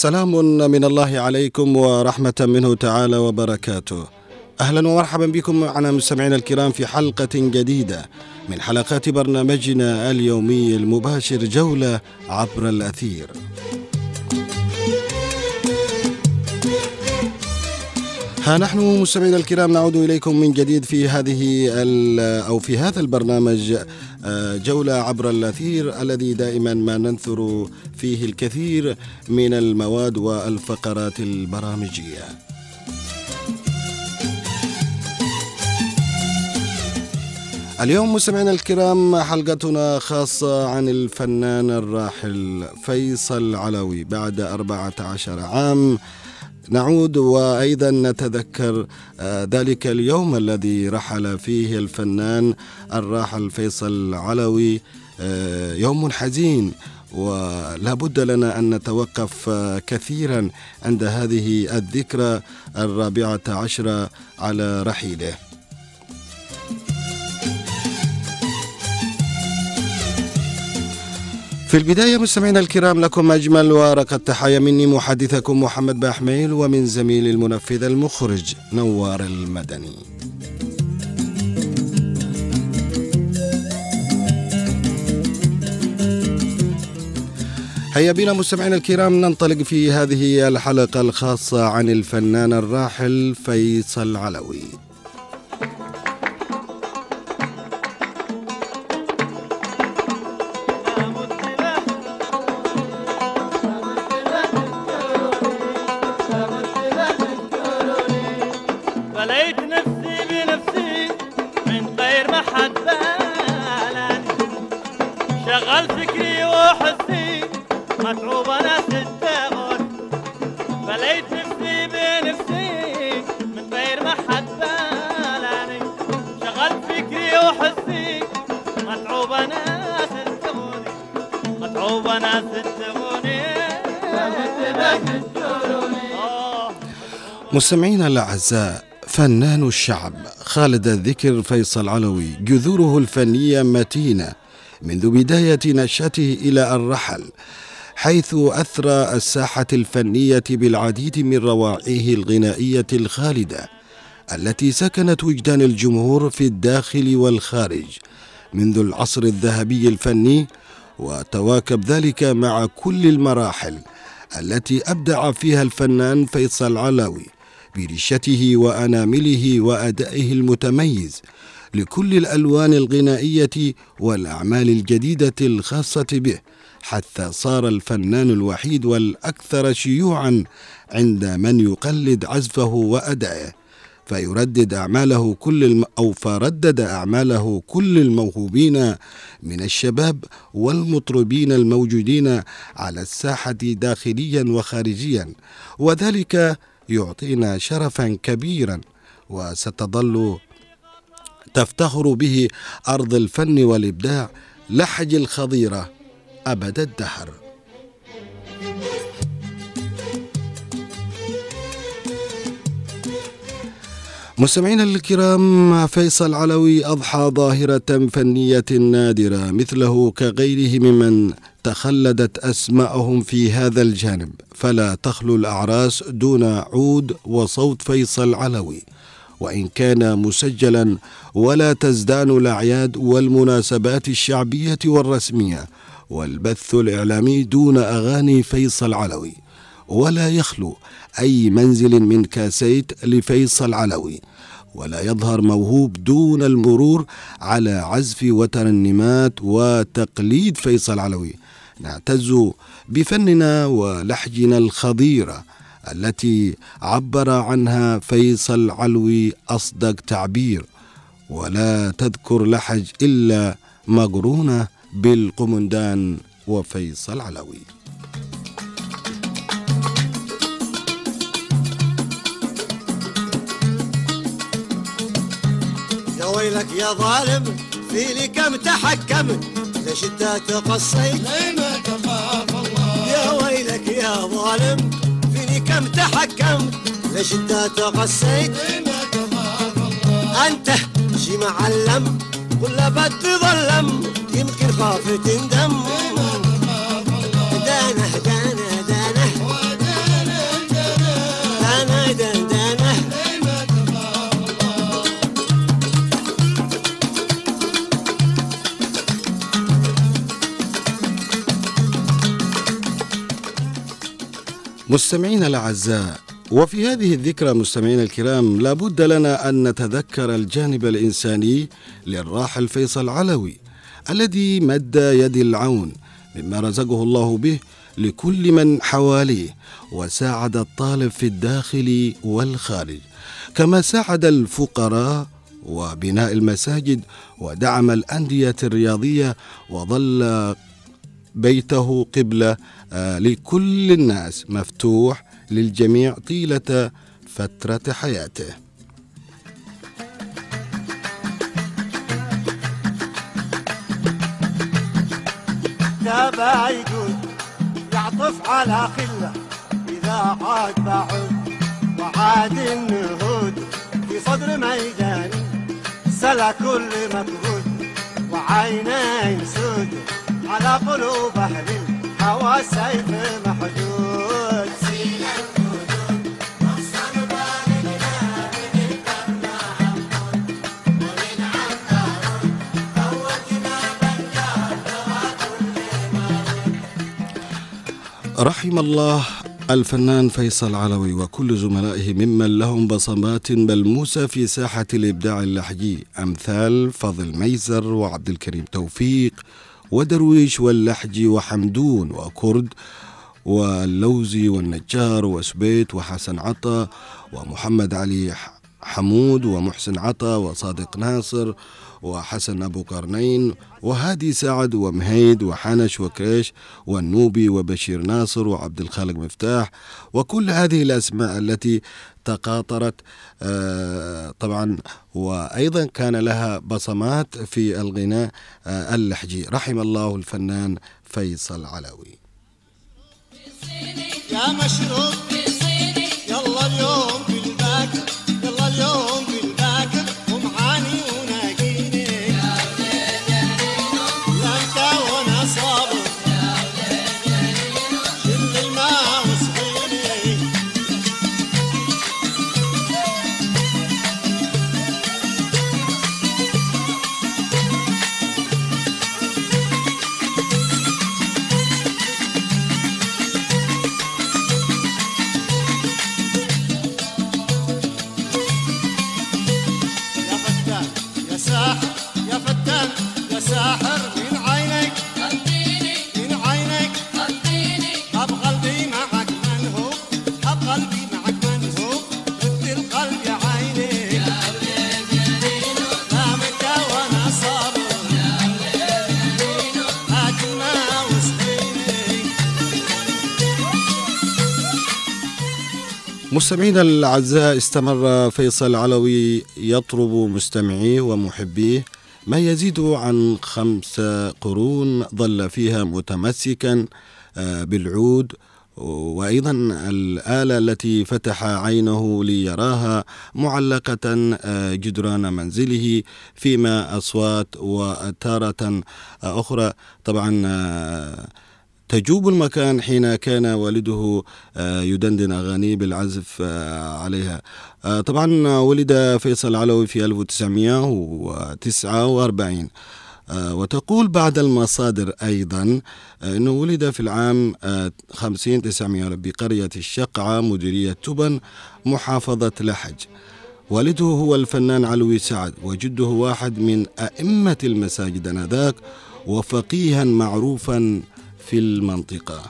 سلام من الله عليكم ورحمة منه تعالى وبركاته. أهلا ومرحبا بكم معنا مستمعينا الكرام في حلقة جديدة من حلقات برنامجنا اليومي المباشر جولة عبر الأثير. ها نحن مستمعينا الكرام نعود إليكم من جديد في هذا البرنامج جولة عبر الأثير الذي دائما ما ننثر فيه الكثير من المواد والفقرات البرامجية. اليوم مستمعينا الكرام حلقتنا خاصة عن الفنان الراحل فيصل علوي. بعد 14 عام نعود وأيضا نتذكر ذلك اليوم الذي رحل فيه الفنان الراحل فيصل علوي، يوم حزين، ولا بد لنا أن نتوقف كثيرا عند هذه الذكرى 14 على رحيله. في البداية مستمعينا الكرام لكم أجمل ورقة تحية مني محدثكم محمد باحميل ومن زميل المنفذ المخرج نوار المدني. هيا بنا مستمعينا الكرام ننطلق في هذه الحلقة الخاصة عن الفنان الراحل فيصل علوي. مستمعينا الأعزاء، فنان الشعب خالد الذكر فيصل علوي جذوره الفنية متينة منذ بداية نشأته إلى الرحل، حيث أثرى الساحة الفنية بالعديد من روائعه الغنائية الخالدة التي سكنت وجدان الجمهور في الداخل والخارج منذ العصر الذهبي الفني، وتواكب ذلك مع كل المراحل التي أبدع فيها الفنان فيصل علوي برشته وأنامله وأدائه المتميز لكل الألوان الغنائية والأعمال الجديدة الخاصة به، حتى صار الفنان الوحيد والأكثر شيوعا عند من يقلد عزفه وأدائه، فردد أعماله كل الموهوبين من الشباب والمطربين الموجودين على الساحة داخليا وخارجيا، وذلك يعطينا شرفا كبيرا وستظل تفتخر به أرض الفن والإبداع لحج الخضيرة أبد الدهر. مستمعينا الكرام، فيصل علوي أضحى ظاهرة فنية نادرة مثله كغيره ممن تخلدت أسماءهم في هذا الجانب، فلا تخلو الأعراس دون عود وصوت فيصل علوي، وإن كان مسجلا، ولا تزدان الأعياد والمناسبات الشعبية والرسمية والبث الإعلامي دون أغاني فيصل علوي، ولا يخلو أي منزل من كاسيت لفيصل علوي، ولا يظهر موهوب دون المرور على عزف وترنيمات وتقليد فيصل علوي. نعتز بفننا ولحجنا الخضيرة التي عبر عنها فيصل علوي أصدق تعبير، ولا تذكر لحج إلا مقرونة بالقمندان وفيصل علوي. يا ويلك يا ظالم فيني كم تحكمت، ليش انت تقصيت لما تخاف الله؟ يا ويلك يا ظالم فيني كم تحكمت، ليش انت تقصيت لما تخاف الله؟ انت شي معلم ولا بتظلم، يمكن خاف تندم. دانه دانه دانه مستمعينا الأعزاء، وفي هذه الذكرى مستمعينا الكرام لابد لنا أن نتذكر الجانب الإنساني للراحل فيصل علوي الذي مد يد العون مما رزقه الله به لكل من حواليه، وساعد الطالب في الداخل والخارج، كما ساعد الفقراء وبناء المساجد ودعم الأندية الرياضية، وظل بيته قبلة لكل الناس، مفتوح للجميع طيلة فترة حياته. تابع يقول يعطف على خله إذا عاد بعد، وعاد النهود في صدر ميداني سلا كل مكهود، وعينين سود على قلوب أهل الهوى سيف محدود. سيل الخدود مفصل بالنا من الدمع حمود، ومن عنقر قوتنا بنجار وكل مرود. رحم الله الفنان فيصل علوي وكل زملائه ممن لهم بصمات ملموسة في ساحة الإبداع اللحجي، أمثال فضل ميزر وعبد الكريم توفيق ودرويش واللحجي وحمدون وكرد واللوزي والنجار وسبيت وحسن عطا ومحمد علي حمود ومحسن عطا وصادق ناصر وحسن أبو قرنين وهادي سعد ومهيد وحنش وكريش والنوبي وبشير ناصر وعبد الخالق مفتاح، وكل هذه الأسماء التي تقاطرت طبعا وأيضا كان لها بصمات في الغناء اللحجي. رحم الله الفنان فيصل علوي. يا مشروب يلا اليوم بالباكر، يلا اليوم بالباكر ومعاني وناقيني، لا انت وانا صابر شل الماء وسقيني. يا ساحر يا فتان يا ساحر من عينك خديني، من عينك خديني، حب قلبي معك من هو، حب قلبي معك من هو، رد القلب يا عيني، يا ولاد يا دينو لا متى وانا صابر، يا ولاد يا دينو هات الماء وسقيني. مستمعينا الأعزاء، استمر فيصل علوي يطرب مستمعيه ومحبيه ما يزيد عن 5 قرون، ظل فيها متمسكا بالعود، وأيضا الآلة التي فتح عينه ليراها معلقة جدران منزله، فيما أصوات وتارة أخرى طبعا تجوب المكان حين كان والده يدندن أغاني بالعزف عليها. طبعا ولد فيصل علوي في 1949، وتقول بعض المصادر أيضا أنه ولد في العام 50-900 بقرية الشقعة مديرية تبن محافظة لحج. والده هو الفنان علوي سعد، وجده واحد من أئمة المساجد آنذاك وفقيها معروفا في المنطقة.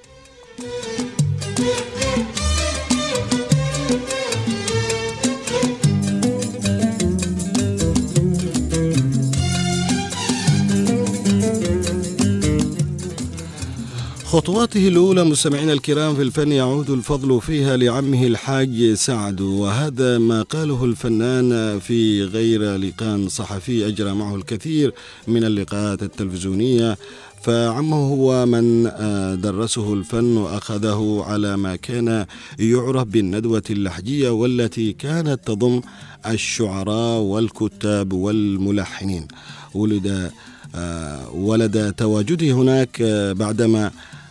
خطواته الأولى مستمعينا الكرام في الفن يعود الفضل فيها لعمه الحاج سعد، وهذا ما قاله الفنان في غير لقاء صحفي أجرى معه الكثير من اللقاءات التلفزيونية. فعمه هو من درسه الفن وأخذه على ما كان يعرف بالندوة اللحجية، والتي كانت تضم الشعراء والكتاب والملحنين. ولد تواجده هناك بعدما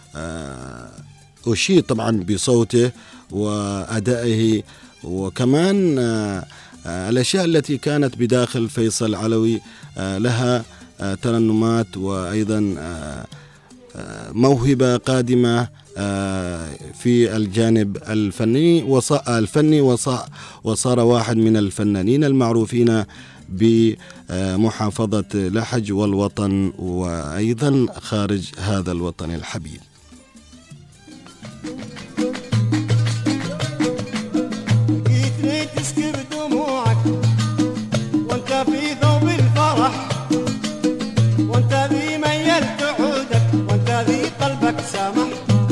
أشيد طبعا بصوته وأدائه، وكمان الأشياء التي كانت بداخل فيصل علوي لها ترنمات، وأيضا موهبة قادمة في الجانب الفني وصار واحد من الفنانين المعروفين بمحافظة لحج والوطن وأيضا خارج هذا الوطن الحبيب. جيتني تسكب دموعك وانت في ثوب الفرح، وانت ذي ميلت عودك، وانت ذي قلبك سمح.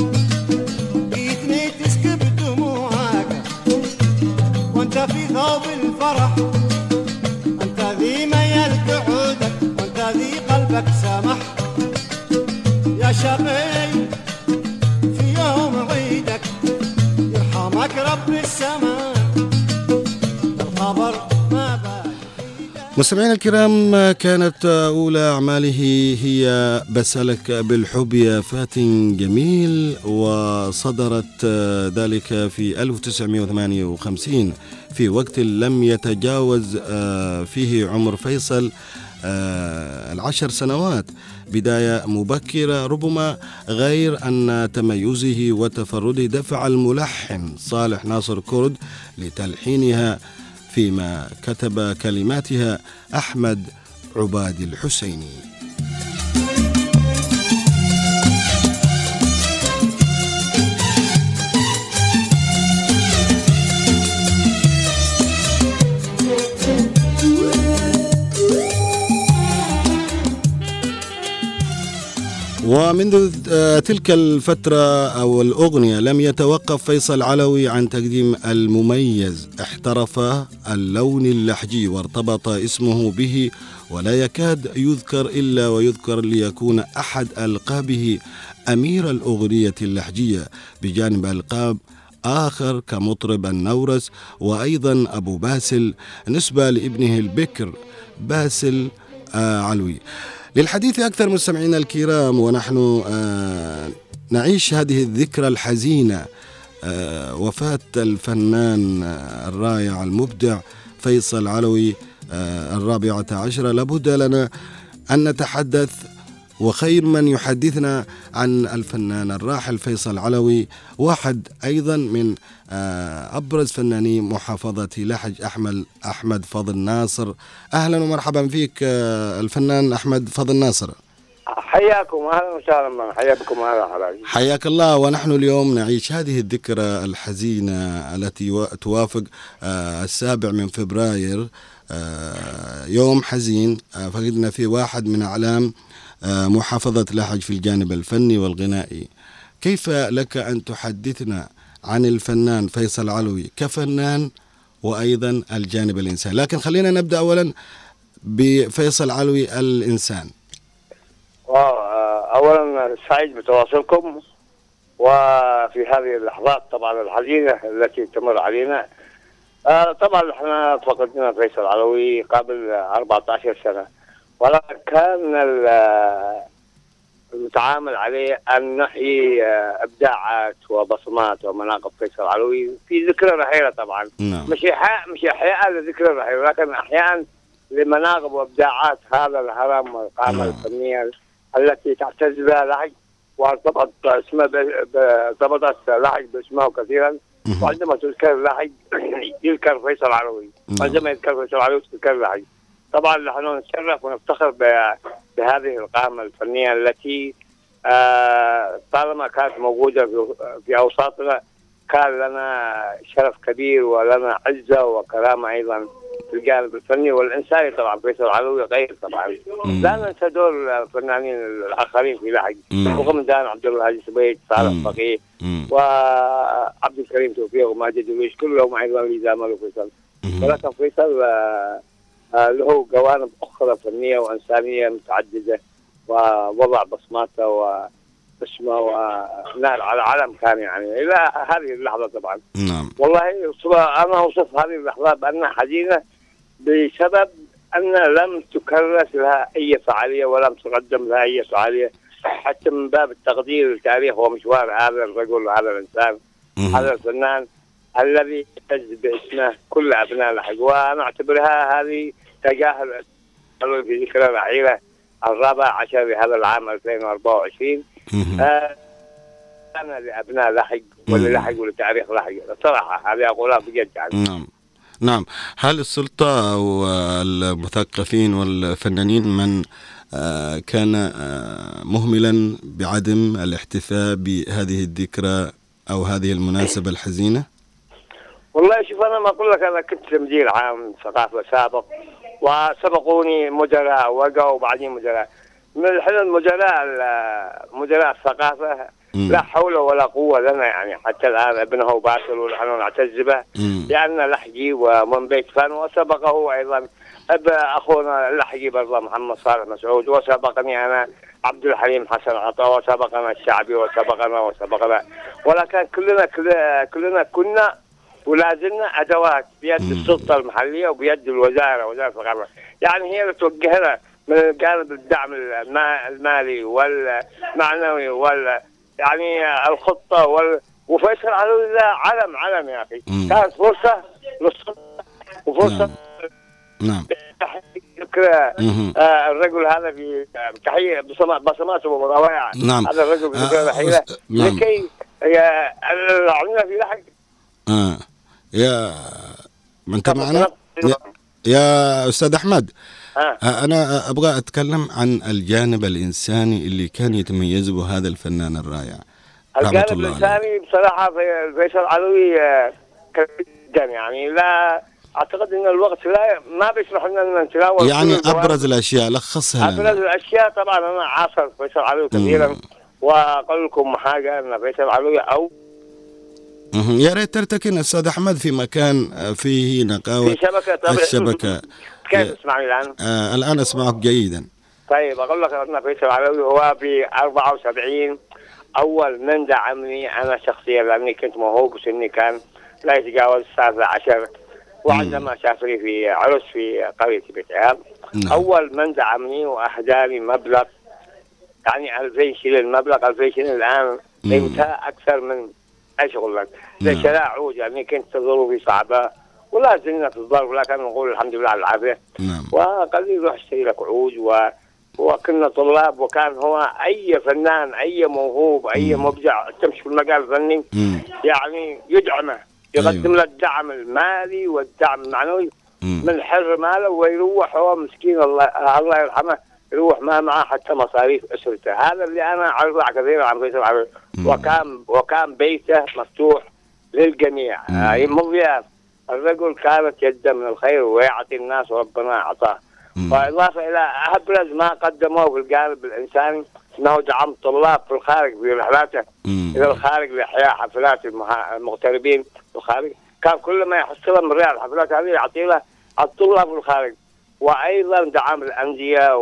جيتني تسكب دموعك وانت في ثوب الفرح، وانت ذي ميلت عودك، وانت ذي قلبك سمح. يا شقي في يوم عيدك يرحمك رب السماء، الخبر ما بال. مستمعينا الكرام، كانت أولى أعماله هي بسألك بالحب يا فاتن جميل، وصدرت ذلك في 1958 في وقت لم يتجاوز فيه عمر فيصل 10 سنوات. بداية مبكرة ربما، غير أن تميزه وتفرده دفع الملحن صالح ناصر كرد لتلحينها، فيما كتب كلماتها أحمد عباد الحسيني. ومنذ تلك الفترة أو الأغنية لم يتوقف فيصل علوي عن تقديم المميز. احترف اللون اللحجي وارتبط اسمه به، ولا يكاد يذكر إلا ويذكر ليكون أحد ألقابه أمير الأغنية اللحجية، بجانب ألقاب آخر كمطرب النورس وأيضا أبو باسل نسبة لابنه البكر باسل علوي. للحديث أكثر مستمعينا الكرام، ونحن نعيش هذه الذكرى الحزينة، وفاة الفنان الرائع المبدع فيصل علوي 14، لابد لنا أن نتحدث، وخير من يحدثنا عن الفنان الراحل فيصل علوي، واحد أيضا من أبرز فناني محافظة لحج، أحمد فضل ناصر. أهلا ومرحبا فيك الفنان أحمد فضل ناصر. حياكم، أهلا وسهلا، حياكم، حياك الله. ونحن اليوم نعيش هذه الذكرى الحزينة التي توافق 7 من فبراير، يوم حزين فقدنا فيه واحد من أعلام محافظة لحج في الجانب الفني والغنائي. كيف لك أن تحدثنا عن الفنان فيصل علوي كفنان وأيضا الجانب الإنسان؟ لكن خلينا نبدأ أولا بفيصل علوي الإنسان. أولا سعيد بتواصلكم، وفي هذه اللحظات طبعا الحزينة التي تمر علينا. طبعا احنا فقدنا فيصل علوي قبل 14 سنة، ولكن كان المتعامل عليه أن نحيي إبداعات وبصمات ومناقب فيصل علوي في ذكرى رحيله. طبعا مش إحياء لذكرى رحيله، ولكن أحياء لمناقب وإبداعات هذا الهرم والقامة الفنية التي تعتز بها لحج، وارتبطت لحج باسمه كثيرا. وعندما تذكر لحج يذكر فيصل علوي، وعندما يذكر فيصل علوي تذكر لحج. طبعا نحن نتشرف ونفتخر بهذه القامة الفنية التي طالما كانت موجودة في أوساطنا كان لنا شرف كبير ولنا عزة وكرامة أيضا في الجانب الفني والإنساني. طبعا فيصل علوي غير طبعا. لا ننسى دور الفنانين الآخرين في لحج، وغمدان عبد الله هادي سبيت، صالح فقيه، وعبد الكريم توفيق وماجد الويش، كلهم أيضا لزاملوا فيصل. ولكن فيصل له جوانب أخرى فنية وإنسانية متعددة، ووضع بصماته واسمه ونال على علم كان يعني إلى هذه اللحظة. طبعا والله أنا أوصف هذه اللحظة بأنها حزينة بسبب أن لم تكرس لها أي فعالية ولم تقدم لها أي فعالية، حتى من باب التقدير لتاريخ ومشوار هذا الرجل، هذا الإنسان، هذا الفنان الذي يعتز باسمه كل أبناء لحج. وأنا أعتبرها هذه تجاهل في ذكرى رحيله 14 لهذا العام 2024. أنا لأبناء لحق وللحق ولتاريخ لحق صراحة هذه أقولها بجد يعني. نعم نعم. هل السلطة أو المثقفين والفنانين من كان مهملا بعدم الاحتفاء بهذه الذكرى أو هذه المناسبة الحزينة؟ والله شوف أنا ما أقول لك، أنا كنت مدير عام ثقافة سابق وسبقوني مدراء وقعوا بعدين مدراء من الحين مدراء الثقافة لا حول ولا قوة لنا يعني حتى الآن ابنه باسل ونحن نعتز به لأن لحجي ومن بيت فن، وسبقه أيضا أخونا اللحجي برضه محمد صالح مسعود، وسبقني أنا عبد الحليم حسن عطا، وسبقنا الشعبي وسبقنا ولكن كلنا كنا ولازلنا أدوات بيد السلطة المحلية وبيد وزارة الثقافة، يعني هي اللي توجهنا من جانب الدعم المالي والمعنوي يعني الخطة وفيصل علوي علم يا أخي. كانت فرصة للسلطة وفرصة نعم الرجل هذا في تحية بصماته وروائع. نعم. هذا الرجل بذكر الحقيقة لكي عندنا في لحق. يا من أنت معنا يا أستاذ أحمد. أنا أبغى أتكلم عن الجانب الإنساني اللي كان يتميز به هذا الفنان الرائع. الجانب الإنساني بصراحة فيصل علوي جدا يعني لا أعتقد أن الوقت ما بيسمح لنا نتناول يعني أبرز الأشياء لخصها لنا. أبرز الأشياء طبعا أنا عاصر فيصل علوي كثيرا وأقول لكم حاجة أن فيصل علوي أو يا ريت ترتكن أستاذ أحمد في مكان فيه نقاوة في شبكة الشبكة. كيف تسمعني الآن؟ الآن أسمعك جيدا. طيب أقول لك أن فيصل علوي هو في 74 أول من دعمني أنا شخصيا لأني كنت موهوب وسني كان لا يتجاوز 19 وعندما سافري في عرس في قرية بيت عيال أول من دعمني وأهداني مبلغ يعني 2000 شيلين مبلغ 2000 شيلين الآن قيمتها أكثر من أي شغل لك لشراء عود يعني كنت ظروفي صعبة ولا زلنا في الظرف ولكن نقول الحمد لله على العافية. وقال لي روح اشتري لك عود وكنا طلاب وكان هو أي فنان أي موهوب أي مبدع تمشي في المجال الفني يعني يدعمه يقدم له الدعم المالي والدعم المعنوي من حر ماله ويروح هو مسكين الله يرحمه يروح ما معه حتى مصاريف أسرته. هذا اللي أنا أعرفه كثيرا عن فيصل علوي وكان بيته مفتوح للجميع مضياف. الرجل كانت يده من الخير ويعطي الناس وربنا أعطاه. وإضافة إلى أبرز ما قدموه في الجانب الإنساني أنه دعم طلاب في الخارج في رحلاته إلى الخارج لإحياء حفلات المغتربين في الخارج. كان كل ما يحصل من ريال الحفلات هذه يعطي له الطلاب في الخارج. وأيضا دعم الأندية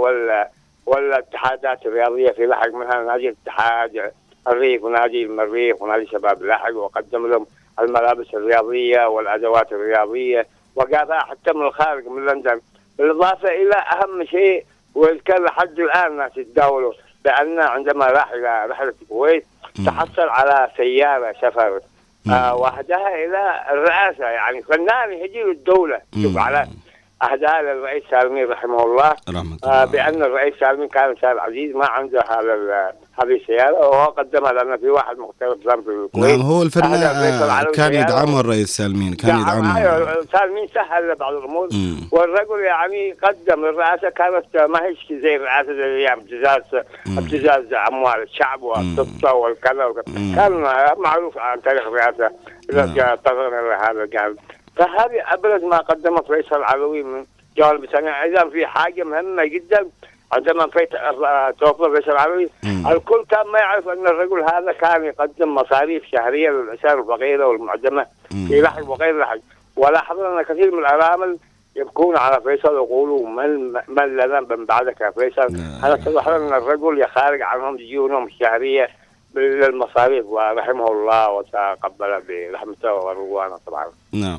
والاتحادات الرياضية في لحق منها نادي الاتحاد الريف ونادي المريخ ونادي شباب لحق وقدم لهم الملابس الرياضية والأدوات الرياضية وجابها حتى من الخارج من لندن. بالإضافة إلى أهم شيء وكان لحد الآن الناس يتداولوا بأن عندما راح إلى رحلة الكويت تحصل على سيارة سفر وأهداها إلى الرئاسة يعني فنان يهدي الدولة. شوف على أهداها للرئيس سالمين رحمه الله بأن الرئيس سالمين كان إنسان عزيز ما عنده هذه السيارة وهو قدمها لنا في واحد مختلف في الكويت. نعم هو الفنان كان يدعمه الرئيس سالمين كان يدعمه. سالمين سهل بعض الأمور والرجل يعني قدم الرئاسة كانت ما هيش زي الرئاسة الأيام ابتزاز أموال الشعب والسلطة والكذا كان معروف عن تاريخ الرئاسة إذا اضطرنا لهذا الجانب. فهذه أبرز ما قدمه فيصل علوي من جوانب السنة. أيضا في حاجة مهمة جدا عندما توفى فيصل علوي الكل كان ما يعرف أن الرجل هذا كان يقدم مصاريف شهرية للأسر الفقيرة والمعدمة في لحق وغير لحق. ولاحظنا أن كثير من الأرامل يبكون على فيصل ويقولوا من لنا من بعدك يا فيصل. هذا اتضح لنا أن الرجل يخارج عنهم ديونهم الشهرية بالمصاريف ورحمه الله وتقبل برحمته ورضوانه طبعا. نعم.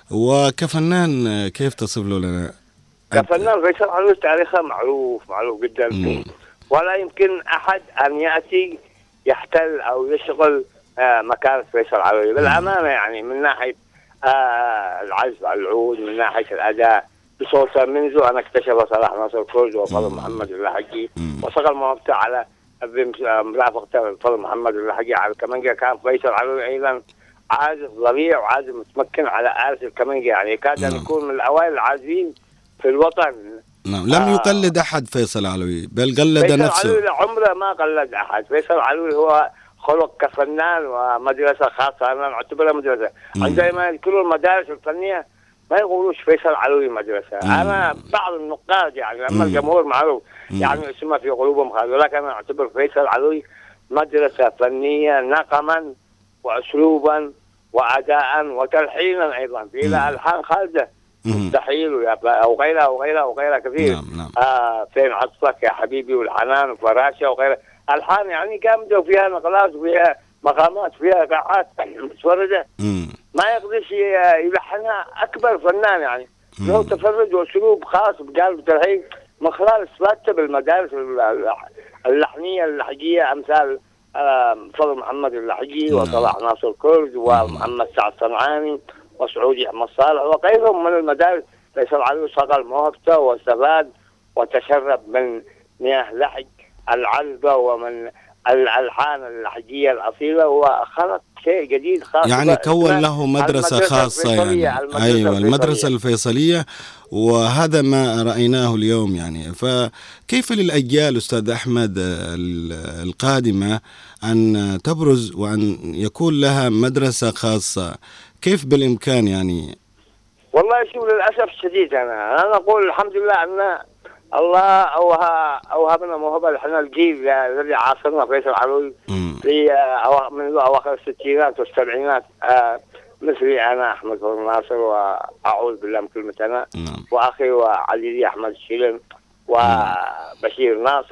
وكفنان كيف تصف له لنا؟ كفنان فيصل علوي تاريخه معروف جدا ولا يمكن أحد أن يأتي يحتل أو يشغل مكان فيصل علوي بالأمانة يعني من ناحية العزف على العود من ناحية الأداء بصوته منذ أن اكتشف صلاح ناصر كرز وفضل محمد اللحجي وصقل موهبته على مرافقة فضل محمد اللحقي على الكمانجة. كان فيصل علوي أيضا عازف ضريع وعازف متمكن على آلة الكمانجة، يعني كاد أن يكون من الأوائل العازفين في الوطن. نعم. لم يقلد أحد فيصل علوي بل قلد نفسه. فيصل علوي عمره ما قلد أحد. فيصل علوي هو خلق كفنان ومدرسة خاصة، أنا أعتبرها مدرسة. عندما يذكروا المدارس الفنية ما يقولوش فيصل علوي مدرسة. أنا بعض النقاد يعني لما الجمهور معروف يعني اسمها في قلوبهم خالص، ولكن أنا أعتبر فيصل علوي مدرسة فنية نقما وأسلوبا وأداء وتلحينا أيضا في ألحان خالدة مستحيل أو غيرها وغيرها وغيرها كثير. نعم. فين عطفك يا حبيبي والحنان وفراشة وغيرها ألحان يعني جامدة وفيها نقلات وفيها مقامات وفيها قاعات متفردة ما يقدرش يلحنها أكبر فنان يعني له تفرد وأسلوب خاص بقلب تلحين من خلال إثباته بالمدارس اللحنية اللحجية أمثال فضل محمد اللحجي وصلاح ناصر كرد ومحمد سعد صنعاني وسعودي أحمد صالح وغيرهم من المدارس. فيصل علوي صقل موهبته واستفاد وتشرب من مياه لحج العذبة ومن الألحان اللحجية الأصيلة وخلق شيء جديد خاص يعني كون له مدرسة خاصة يعني أيوة المدرسة الفيصلية، وهذا ما رأيناه اليوم يعني. فكيف للأجيال أستاذ أحمد القادمة أن تبرز وأن يكون لها مدرسة خاصة؟ كيف بالإمكان يعني؟ والله شوف للأسف الشديد أنا أقول الحمد لله أن الله أوهبنا موهبة لحنا الجيل الذي عاصرنا فيصل علوي في من أواخر الستينات والسبعينات، مثلي أنا أحمد فضل ناصر وأعوذ بالله من كلمة أنا وأخي وعزيزي أحمد الشيلن وبشير ناصر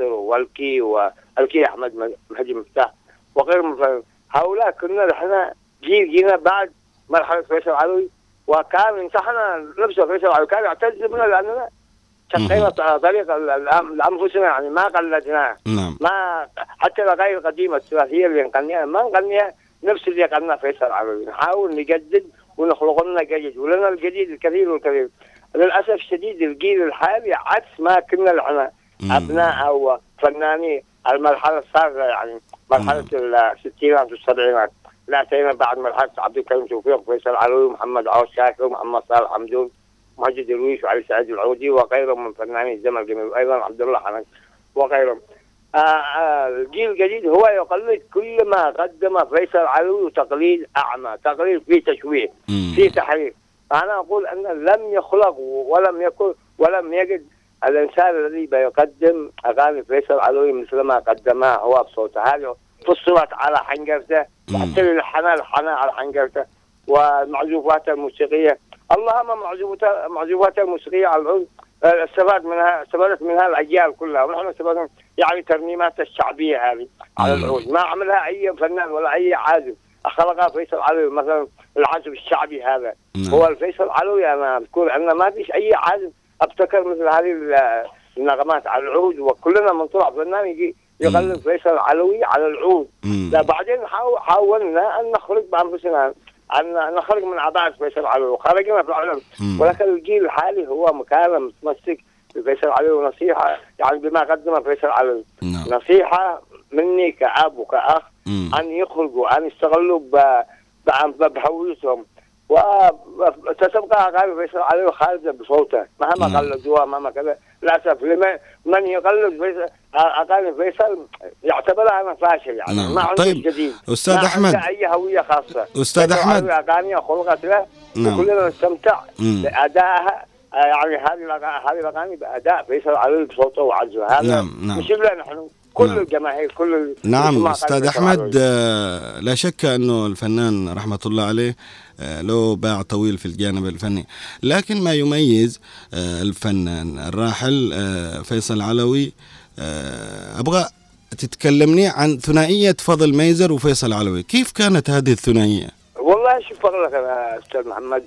والكي أحمد مهدي مفتاح وغيرهم. هؤلاء كنا نحن جينا بعد مرحلة فيصل علوي، وكان ينصحنا نفسه فيصل علوي كان يعتز بنا لأننا شقينا طريق لأنفسنا يعني ما قلدناه. ما حتى الأغاني القديمة الثلاثية اللي نغنيها ما نغنيها نفس اللي غنى فيصل علوي، نحاول نجدد ونخلق لنا جديد ولنا الجديد الكثير والكثير. للأسف الشديد الجيل الحالي عكس ما كنا نحن أبناء أو فناني المرحلة السابقة يعني مرحلة الستينات والسبعينات. لا أتينا بعد مرحلة عبد الكريم توفيق فيصل علوي ومحمد عوض شاكر ومحمد صالح حمدون ماجد الرويش وعلي سعيد العودي وغيرهم من فنانين الزمن الجميل أيضا عبد الله حمد وغيرهم. الجيل الجديد هو يقلد كل ما قدم فيصل علوي تقليد أعمى، تقليد فيه تشويه فيه تحريف. أنا أقول أن لم يخلق ولم يكن ولم يجد الإنسان الذي بيقدم أغاني فيصل علوي مثل ما قدمها هو بصوته. هذا فصلت على حنجرته وحتى الحنان على حنجرته والمعزوفات الموسيقية اللهم معزوفات الموسيقية على العود استفادت منها الأجيال كلها، ونحن استفدنا يعني ترنيمات الشعبية هذه على العود ما عملها أي فنان ولا أي عازف، خلقها فيصل علوي. مثلا العازف الشعبي هذا هو الفيصل علوي. أنا أذكر أن ما فيش أي عازف أبتكر مثل هذه النغمات على العود، وكلنا من طلع فنان يجي يقلد فيصل علوي على العود. بعدين حاولنا أن نخرج بأنفسنا أن نخرج من عباءة فيصل علوي وخرجنا في العالم، ولكن الجيل الحالي هو مكان متمسك بفيصل علوي. ونصيحة يعني بما قدم فيصل علوي نصيحة مني كأب وكأخ أن يخرجوا أن يستغلوا بهويتهم وتتبقى أغاني فيصل علوي خالدة بصوته مهما قلدوها مهما كذا. للأسف من يقلد أغاني فيصل يعتبرها أنا فاشل يعني ما عنده جديد. أستاذ أحمد أي هوية خاصة. أستاذ أحمد أغاني خلقت له وكلنا نستمتع بأدائها يعني هذه الأغاني بأداء فيصل علوي بصوته وعزفه. هذا مش إلا نحن كل الجماهير كل نعم. أستاذ أحمد لا شك أنه الفنان رحمة الله عليه له باع طويل في الجانب الفني، لكن ما يميز الفنان الراحل فيصل علوي أبغى تتكلمني عن ثنائية فضل ميزر وفيصل علوي. كيف كانت هذه الثنائية؟ والله شوف أقول لك يا أستاذ محمد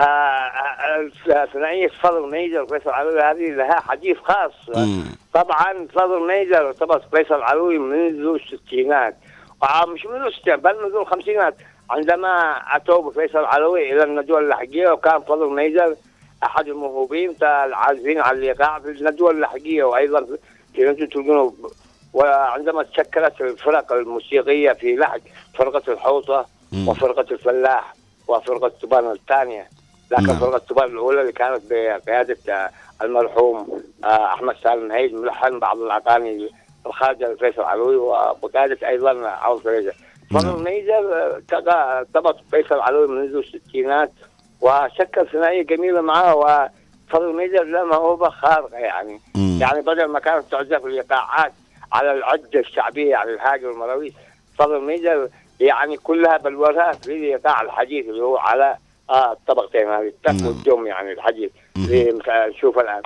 ثنائية فضل ميزر وفيصل علوي هذه لها حديث خاص. طبعا فضل ميزر ارتبط فيصل علوي منذ الستينات مش منذ الستينات بل منذ الخمسينات عندما أتوا بفيصل علوي إلى الندوة اللحجية، وكان فضل ميزر أحد الموهوبين العازفين على الإيقاع في الندوة اللحجية وأيضا في ندوة الجنوب. وعندما تشكلت الفرق الموسيقية في لحج، فرقة الحوطة وفرقة الفلاح وفرقة تبان الثانية. لكن فرقة تبان الأولى اللي كانت بقيادة المرحوم أحمد سالم هيد ملحن بعض الأغاني الخارجة لفيصل علوي، وبقيادة أيضا عوض فريزة. فضل ميزر ارتبط فيصل علوي منذ الستينات وشكل ثنائية جميلة معه. وفضل ميزر له موهبة خارقة يعني يعني بدل ما كانت تعزف الإيقاعات على العدة الشعبية يعني الهاجر والمراويس، فضل ميزر يعني كلها بلورها في الإيقاع الحديث اللي هو على الطبقتين هذه التك والدم يعني الحديث اللي نشوفه الآن.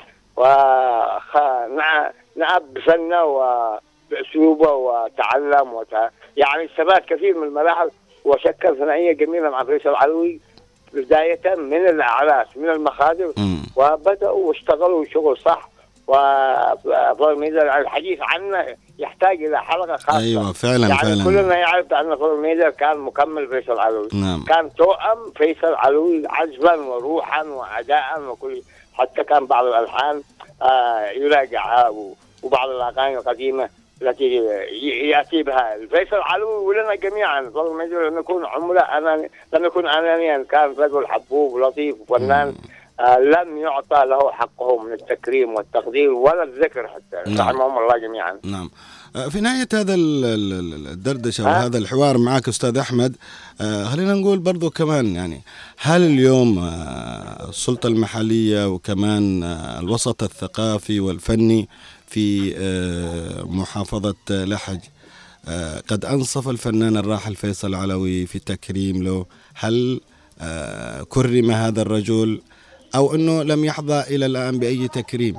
نعب بفنه وبأسلوبه وتعلم يعني استفاد كثير من المراحل وشكل ثنائية جميلة مع فيصل علوي بداية من الأعراس من المخادر، وبدأوا واشتغلوا شغل صح. وفضل ميزر الحديث عنه يحتاج إلى حلقة خاصة. أيوة فعلا يعني فعلا. كلنا يعرف أن فضل ميزر كان مكمل فيصل علوي. نعم. كان توأم فيصل علوي عزفا وروحا وأداء وكل، حتى كان بعض الألحان يراجعها وبعض الأغاني القديمة التي يأتي بها فيصل علوي ولنا جميعا. فضل ميزر لم يكن عملة لم يكن أنانيا، كان رجل حبوب ولطيف وفنان لم يعطى له حقه من التكريم والتقدير ولا الذكر حتى. رحمهم الله جميعا. نعم. في نهاية هذا الدردشة وهذا الحوار معك أستاذ أحمد، خلينا نقول برضو كمان يعني هل اليوم السلطة المحلية وكمان الوسط الثقافي والفني في محافظة لحج قد أنصف الفنان الراحل فيصل علوي في تكريم له؟ هل كرم هذا الرجل أو أنه لم يحظى إلى الآن بأي تكريم؟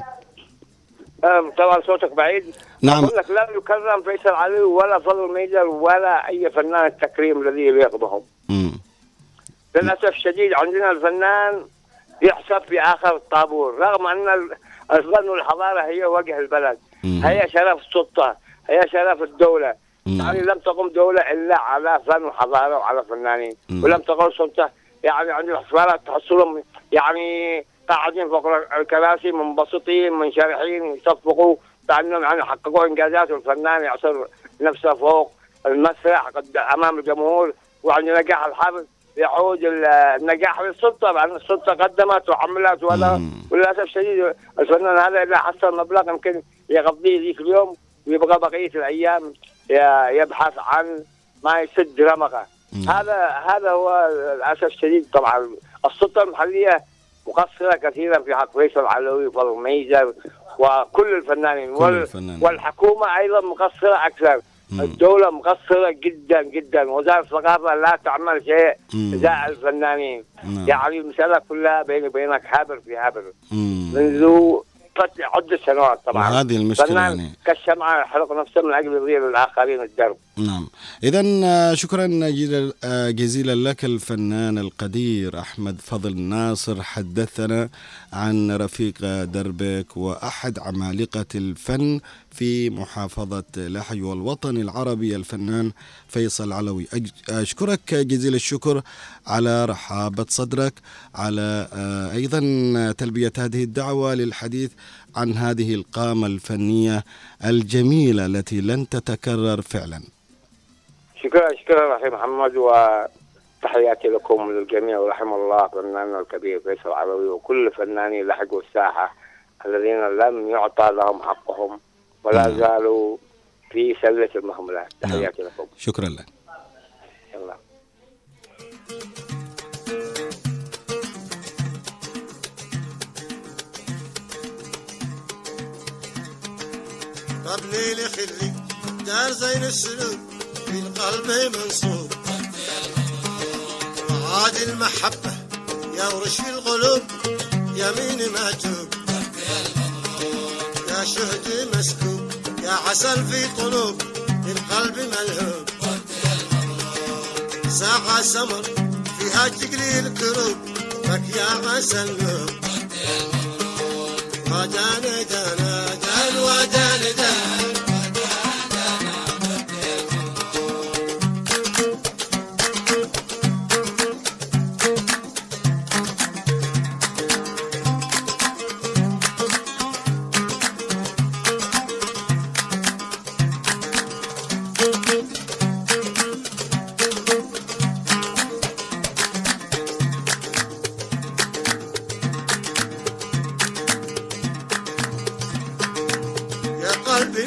طبعا صوتك بعيد. نعم. أقول لك لم يكرم فيصل علوي ولا فضل ميزر ولا أي فنان التكريم الذي يليق بهم. للأسف الشديد عندنا الفنان يحسب في آخر الطابور، رغم أن الفن والحضارة هي وجه البلد، هي شرف السلطة، هي شرف الدولة. يعني لم تقم دولة إلا على فن وحضارة وعلى فنانين، ولم تقم سلطة يعني عند الاحتفالات تحصلهم يعني قاعدين فوق الكراسي منبسطين منشرحين يصفقوا بأنهم يعني حققوا إنجازات، والفنان يعصر نفسه فوق المسرح أمام الجمهور. وعند نجاح الحفل يعود النجاح للسلطة، لأن السلطة قدمت وعملت وللأسف الشديد الفنان هذا إذا حصل مبلغ يمكن يغطيه ذيك اليوم ويبقى بقية الأيام يبحث عن ما يسد رمقه. هذا هو للأسف الشديد. طبعا السلطة المحلية مقصرة كثيرا في حق فيصل علوي وفضل ميزر وكل الفنانين والحكومة أيضا مقصرة أكثر. الدولة مقصرة جدا جدا، وزارة الثقافة لا تعمل شيء زاء الفنانين. يعني المسألة كلها بيني وبينك حابر في حابر منذ عدة سنوات. طبعا هذه المشكلة يعني كالشمعة يحرق نفسه من أجل يضيء للآخرين الدرب. نعم. إذن شكرا جزيلا لك الفنان القدير أحمد فضل ناصر، حدثنا عن رفيق دربك وأحد عمالقة الفن في محافظة لحج والوطن العربي الفنان فيصل علوي. أشكرك جزيل الشكر على رحابة صدرك، على أيضا تلبية هذه الدعوة للحديث عن هذه القامة الفنية الجميلة التي لن تتكرر فعلا. شكرا أخي محمد، وتحياتي لكم للجميع، ورحم الله فناننا الكبير فيصل علوي وكل فناني لحج الساحة الذين لم يعطى لهم حقهم ولا زالوا في سلة المهملات. تحياتي لكم. شكرا لك. يلا. طب ليلي خلي دار زين السلوك في القلب منصوب، وعاد المحبة يورش في القلوب يمين ما توب، يا شهد مسكوب يا عسل في قلوب القلب ملهوب، ساعة سمر فيها تقلي الكروب بك يا عسل نوب، ودان دان دان ودان دان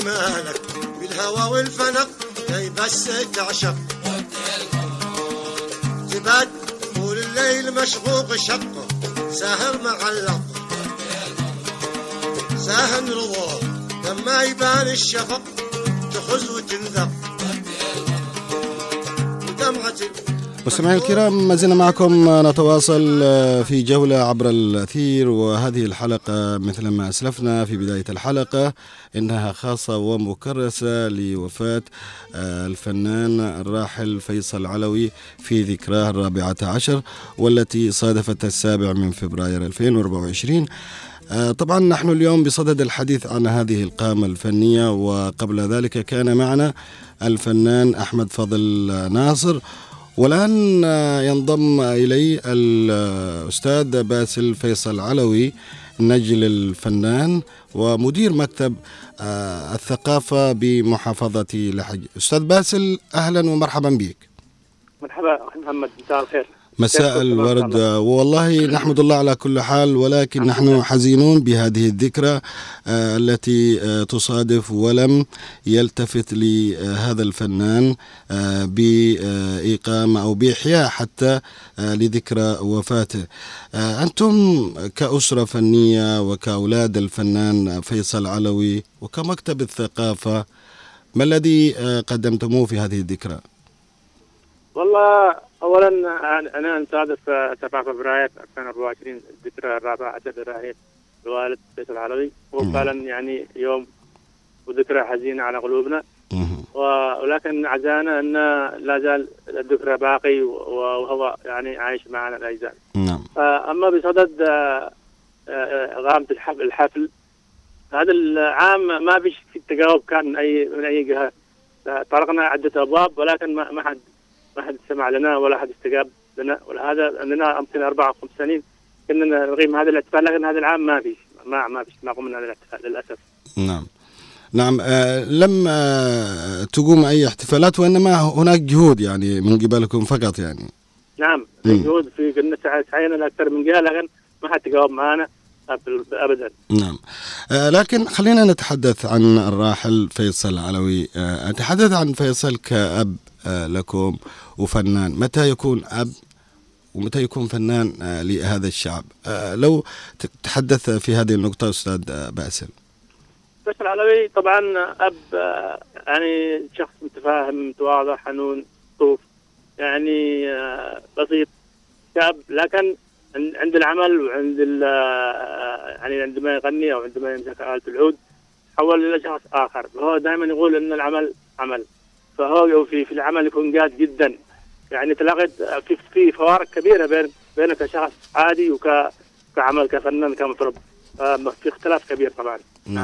جمالك بالهوى والفلق كي بس تعشق تبات طول الليل مشغوق شقه ساهر معلق ساهن رضاه لما يبان الشفق تخز وتنذق ودمعة. مستمعينا الكرام، ما زلنا معكم نتواصل في جولة عبر الأثير، وهذه الحلقة مثل ما أسلفنا في بداية الحلقة إنها خاصة ومكرسة لوفاة الفنان الراحل فيصل علوي في ذكراه 14 والتي صادفت 7 فبراير 2024. طبعا نحن اليوم بصدد الحديث عن هذه القامة الفنية، وقبل ذلك كان معنا الفنان أحمد فضل ناصر، والآن ينضم إلي الأستاذ باسل فيصل علوي نجل الفنان ومدير مكتب الثقافة بمحافظة لحج. أستاذ باسل، أهلا ومرحبا بك. مرحبا أخي محمد، مساء الخير. مساء الورد، والله نحمد الله على كل حال، ولكن نحن حزينون بهذه الذكرى التي تصادف ولم يلتفت لهذا الفنان بإقامة أو بإحياء حتى لذكرى وفاته. أنتم كأسرة فنية وكأولاد الفنان فيصل علوي وكمكتب الثقافة، ما الذي قدمتموه في هذه الذكرى؟ والله أولا أنا نصادف 7 فبراير 2024 الذكرى 14 لرحيل الوالد فيصل العلوي، وفعلا يعني يوم وذكرى حزينة على قلوبنا، ولكن عزانا أن لا زال الذكرى باقي وهو يعني عايش معنا لا يزال. أما بصدد إقامة الحفل هذا العام ما فيش تجاوب كان من أي جهة. طرقنا عدة أبواب ولكن ما حد سمع لنا ولا حد استجاب لنا، وهذا عندنا يمكن 4 أو 5 سنين كنا نقيم هذا الاحتفال، لكن هذا العام ما قمنا هذا الاحتفال للأسف. نعم. لم تقوم أي احتفالات، وإنما هناك جهود يعني من قبلكم فقط يعني. نعم، جهود في كنا سعينا لأكثر من جهة، لكن ما حد تجاوب معنا أبدا. نعم. لكن خلينا نتحدث عن الراحل فيصل علوي. أتحدث عن فيصل كأب لكم وفنان. متى يكون أب ومتى يكون فنان لهذا الشعب؟ لو تتحدث في هذه النقطة أستاذ باسل. فيصل علوي طبعا أب، يعني شخص متفاهم متواضع حنون طوف، يعني بسيط كأب، لكن عند العمل وعند يعني عندما يغني أو عندما يمسك آلة العود حول إلى شخص آخر. وهو دائما يقول إن العمل عمل، فهو في العمل يكون جاد جدا. يعني تلاقيت في فوارق كبيرة بين كشخص عادي وكعمل كفنان كمطرب، في اختلاف كبير طبعا.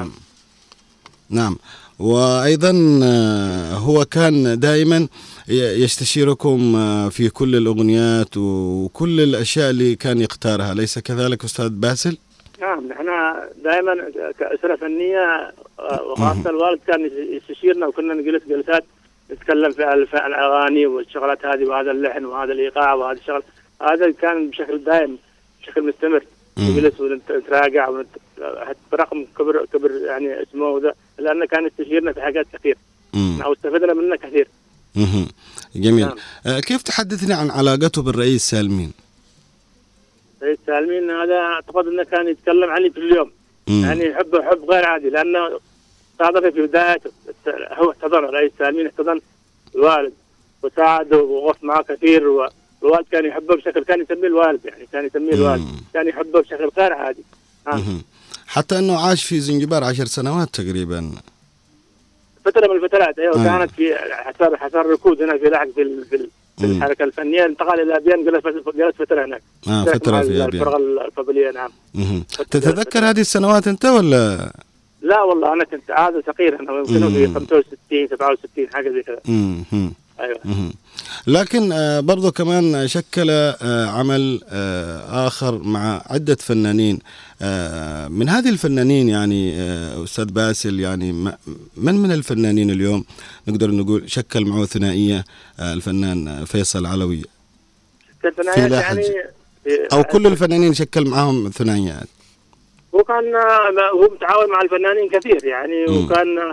نعم. وأيضا هو كان دائما يستشيركم في كل الأغنيات وكل الأشياء اللي كان يختارها، ليس كذلك أستاذ باسل؟ نعم، نحن دائما كأسرة فنية وخاصة الوالد كان يستشيرنا، وكنا نجلس جلسات نتكلم في الأغاني والشغلات هذه، وهذا اللحن وهذا الإيقاع وهذا الشغل، هذا كان بشكل دائم بشكل مستمر. نجلس ونتراجع برقم كبر يعني اسمه ذا، لأنه كان يستشيرنا في حاجات كثير أو استفدنا منه كثير. جميل. كيف تحدثني عن علاقته بالرئيس سالمين؟ الرئيس سالمين هذا أعتقد أنه كان يتكلم عني في اليوم. يعني حب غير عادي، لأنه صادف في بدايته هو احتضن الرئيس سالمين، احتضن الوالد وساعده ووقف معه كثير، والوالد كان يحبه بشكل، كان يسميه الوالد، يعني كان يسميه الوالد، كان يحبه بشكل غير عادي. حتى أنه عاش في زنجبار 10 سنوات تقريبا، فترة من الفترات. أيوة. كانت في حصار ركود هنا في لحق في الحركة الفنية، انتقل إلى أبيان، جلس فترة هناك. فترة في أبيان الفرقة الفضلية. نعم. تتذكر هذه السنوات أنت ولا؟ لا والله أنا كنت هذا صغير، أنا يمكن في 65 67 حاجة زي كذا. أيوة. لكن برضو كمان شكل عمل آخر مع عدة فنانين. من هذه الفنانين يعني أستاذ باسل، يعني من الفنانين اليوم نقدر نقول شكل معه ثنائية الفنان فيصل علوي في لاحج، أو كل الفنانين شكل معهم ثنائيات؟ هو متعاون مع الفنانين كثير يعني، وكان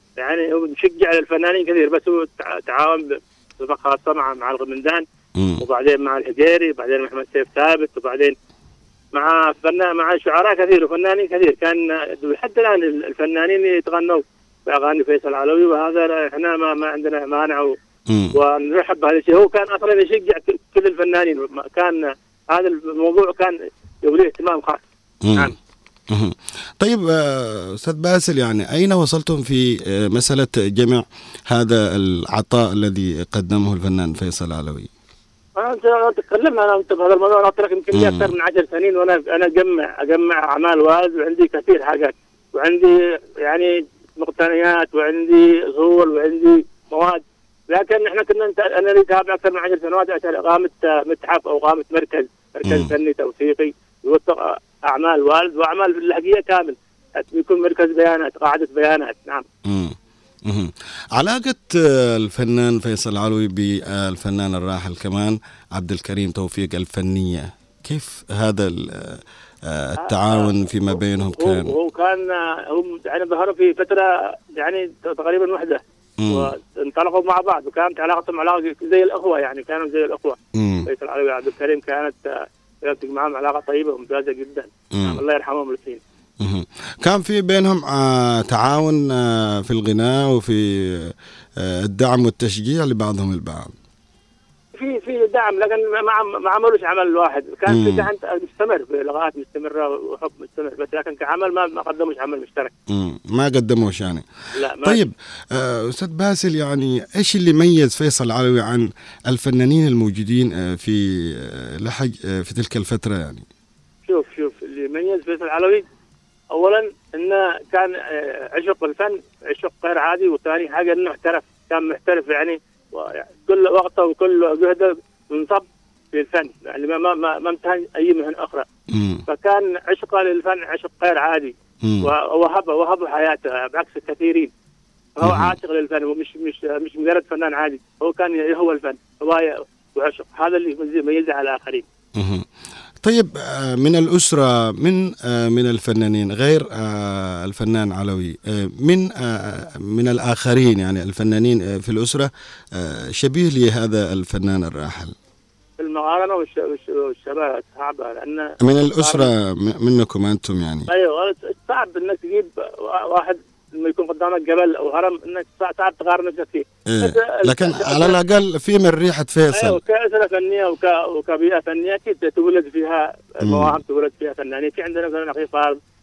يعني هو مشجع للفنانين كثير، بس هو تعاون بصفة خاصة مع الغمندان، وبعدين مع الهجيري، وبعدين محمد سيف ثابت، وبعدين مع شعراء كثير وفنانين كثير. كان حتى الآن الفنانين يتغنوا بأغاني فيصل العلوي، وهذا احنا ما عندنا مانع ونرحب بهذا الشيء. هو كان أصلا يشجع كل الفنانين، كان هذا الموضوع كان يوليه اهتمام خاص. نعم. طيب أستاذ باسل، يعني أين وصلتم في مسألة جمع هذا العطاء الذي قدمه الفنان فيصل العلوي؟ أنا تكلمنا أنا في هذا الموضوع، أنا ترك يمكن أكثر من 10 سنين وأنا أجمع أعمال والد، وعندي كثير حاجات، وعندي يعني مقتنيات، وعندي صور، وعندي مواد. لكن احنا أنا لي تابع أكثر من 10 سنوات عشان إقامة متحف أو إقامة مركز فني توثيقي يوثق أعمال والد وأعمال اللهجية كامل، يكون مركز بيانات، قاعدة بيانات. نعم. علاقة الفنان فيصل العلوي بالفنان الراحل كمان عبد الكريم توفيق الفنية، كيف هذا التعاون فيما بينهم كان؟ هو يعني ظهروا في فترة يعني تقريبا واحدة، وانطلقوا مع بعض، وكانت علاقتهم علاقة زي الأخوة، يعني كانوا زي الأخوة. فيصل العلوي وعبد الكريم كانت يلتقي معهم علاقة طيبة وممتازة جدا. الله يرحمهم الاثنين. كان في بينهم تعاون في الغناء وفي الدعم والتشجيع لبعضهم البعض. في دعم، لكن ما عملوش عمل واحد. كان في دعم مستمر، في لغات مستمرة وحب مستمر، بس لكن كعمل ما قدموش عمل مشترك. ما قدموش يعني. لا. طيب أستاذ باسل، يعني إيش اللي ميز فيصل العلوي عن الفنانين الموجودين في لحج في تلك الفترة يعني؟ شوف اللي ميز فيصل العلوي أولا إنه كان عشق الفن، عشق غير عادي، وثاني حاجة إنه كان محترف يعني، كل وقته وكل جهده منصب في الفن، يعني ما امتهن أي مهن أخرى. فكان عشقه للفن عشق غير عادي، ووهب حياته بعكس الكثيرين. هو عاشق للفن، ومش مش مجرد فنان عادي، هو كان يهوى الفن هواية وعشق، هذا اللي يميزه على الآخرين. طيب من الأسرة، من الفنانين غير الفنان علوي، من الآخرين يعني الفنانين في الأسرة شبيه لهذا الفنان الراحل؟ المقارنة والشباب صعبة، لأن من الأسرة منكم أنتم يعني. أيوة، صعب إنك تجيب واحد لما يكون قدامك جبل أو هرم، إنك صعب تقارن نفسك فيه. لكن على الأقل في من ريحة فيصل. أيوة، كأسرة فنية وكبيئة فنية أكيد تولد فيها مواهب، تولد فيها فنانين. في عندنا مثلا أخي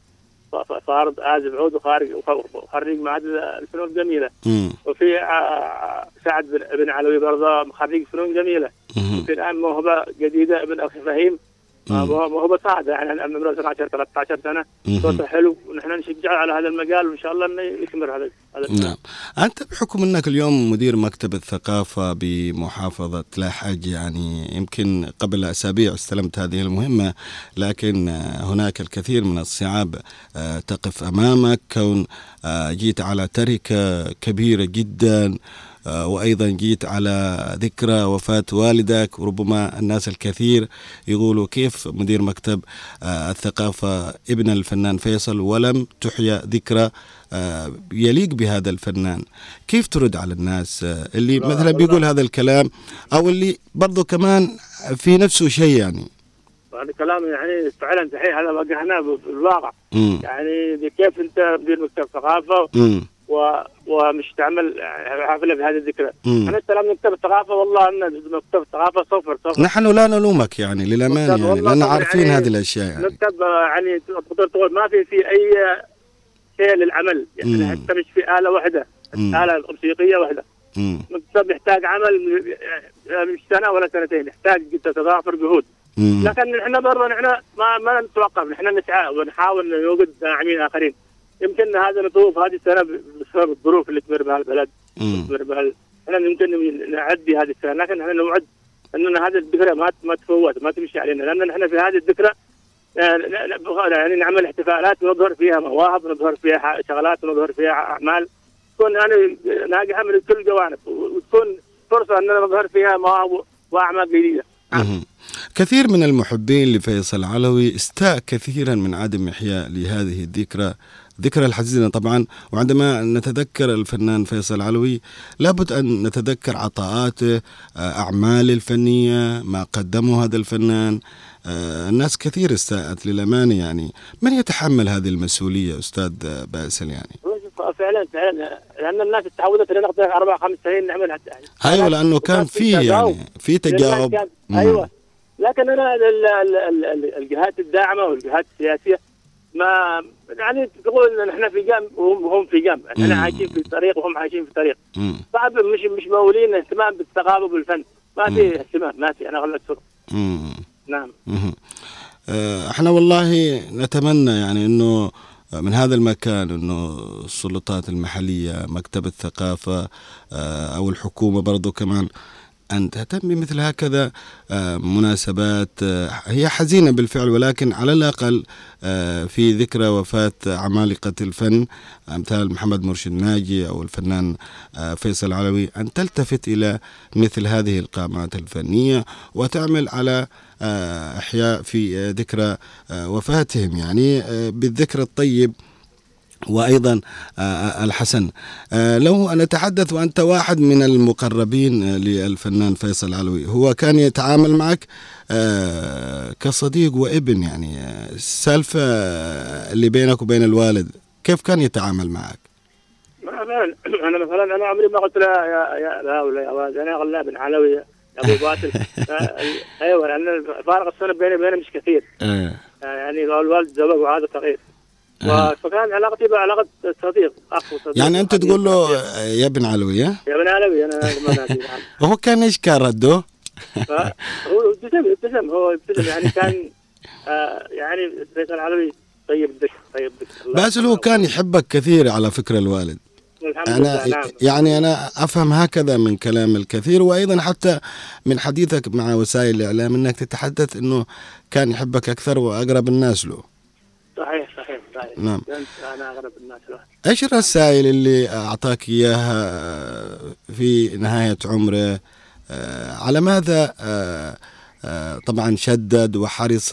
فارض عازف عود وخريج معهد الفنون الجميلة، وفي سعد بن علوي برضه خريج فنون جميلة، وفي الآن موهبة جديدة ابن أخي فهيم، موهبة صاعدة يعني عمره 13 سنة، صوته حلو، ونحن نشجعه على هذا المجال، وإن شاء الله إنه يكمل هذا. نعم. أنت بحكم أنك اليوم مدير مكتب الثقافة بمحافظة لاحج، يعني يمكن قبل أسابيع استلمت هذه المهمة، لكن هناك الكثير من الصعاب تقف أمامك، كون جيت على تركة كبيرة جدا، وأيضا جيت على ذكرى وفاة والدك، وربما الناس الكثير يقولوا كيف مدير مكتب الثقافة ابن الفنان فيصل ولم تحيا ذكرى يليق بهذا الفنان. كيف ترد على الناس اللي مثلا بيقول هذا الكلام، أو اللي برضو كمان في نفسه شيء يعني؟ هذا كلام يعني فعلا صحيح، هذا واجهناه بالواقع. يعني كيف أنت مدير مكتب ثقافة ومش تعمل حفلة بهذه الذكرى؟ أنا استلمت مكتب الثقافة، والله أن مكتب الثقافة صفر. نحن لا نلومك يعني للأمان، يعني لأن عارفين يعني هذه الأشياء يعني. مكتب يعني تقول ما في أي شيء للعمل، يعني حتى مش في آلة واحدة، آلة موسيقية واحدة. مكتب يحتاج عمل مش سنة ولا سنتين، يحتاج تضافر جهود. لكن نحن برضه ما نتوقف، نحن نسعى ونحاول نوجد داعمين آخرين. يمكن هذا نطوف هذه السنة بسبب الظروف اللي تمر بها البلد، احنا يمكن نعدي هذه السنة، لكن احنا نوعد أننا هذه الذكرى ما تفوت، ما تمشي علينا، لأن احنا في هذه الذكرى يعني نعمل احتفالات ونظهر فيها مواهب، ونظهر فيها شغلات، ونظهر فيها أعمال تكون يعني ناجحة من كل الجوانب، وتكون فرصة أننا نظهر فيها مواهب وأعمال جديدة. كثير من المحبين لفيصل العلوي استاء كثيرا من عدم إحياء لهذه الذكرى ذكرى الحزينة طبعا. وعندما نتذكر الفنان فيصل علوي لابد أن نتذكر عطاءاته، أعماله الفنية، ما قدمه هذا الفنان. الناس كثير استاءت للأمانة، يعني من يتحمل هذه المسؤولية أستاذ باسل؟ يعني فعلا لأن الناس تعودت أن نقضي 4-5 سنين نعمل حتى. أيوة، لأنه كان فيه يعني في تجاوب. أيوة، لكن أنا الجهات الداعمة والجهات السياسية ما يعني تقول إن إحنا في جنب وهم في جنب، إحنا عايشين في طريق وهم عايشين في طريق. صعب، مش مولين اهتمام بالثقافة وبالفن، ما في اهتمام، ما في. أنا غلط فرق. نعم. احنا والله نتمنى يعني انه من هذا المكان انه السلطات المحلية، مكتب الثقافة او الحكومة برضو كمان أن تهتم بمثل هكذا مناسبات هي حزينة بالفعل، ولكن على الأقل في ذكرى وفاة عمالقة الفن أمثال محمد مرشد ناجي أو الفنان فيصل علوي أن تلتفت إلى مثل هذه القامات الفنية وتعمل على إحياء في ذكرى وفاتهم، يعني بالذكر الطيب وأيضا الحسن. لو نتحدث وأنت واحد من المقربين للفنان فيصل علوي، هو كان يتعامل معك كصديق وابن، يعني السالفة اللي بينك وبين الوالد كيف كان يتعامل معك؟ أنا مثلا أنا عمري ما قلت له يا والد، أنا غلاب بن علوي يا أبو باسل. أيوة، لأن فارق السنة بيني وبينه مش كثير. يعني الوالد زوج وهذا صغير، فكان علاقتي بعلاقة صديق، أخ وصديق. يعني أنت تقول له يا ابن علوي؟ يا ابن علوي أنا ما نادي. وهو كان إيش كان رده؟ هو ابتسم هو ابتسم، يعني كان يعني فيصل علوي طيب الذكر. بس هو كان يحبك كثير على فكرة الوالد. يعني أنا أفهم هكذا من كلام الكثير، وأيضا حتى من حديثك مع وسائل الإعلام أنك تتحدث أنه كان يحبك أكثر وأقرب الناس له. صحيح. نعم. أنا أغلب الناس له. إيش الرسائل اللي أعطاك إياها في نهاية عمره؟ على ماذا طبعا شدد وحرص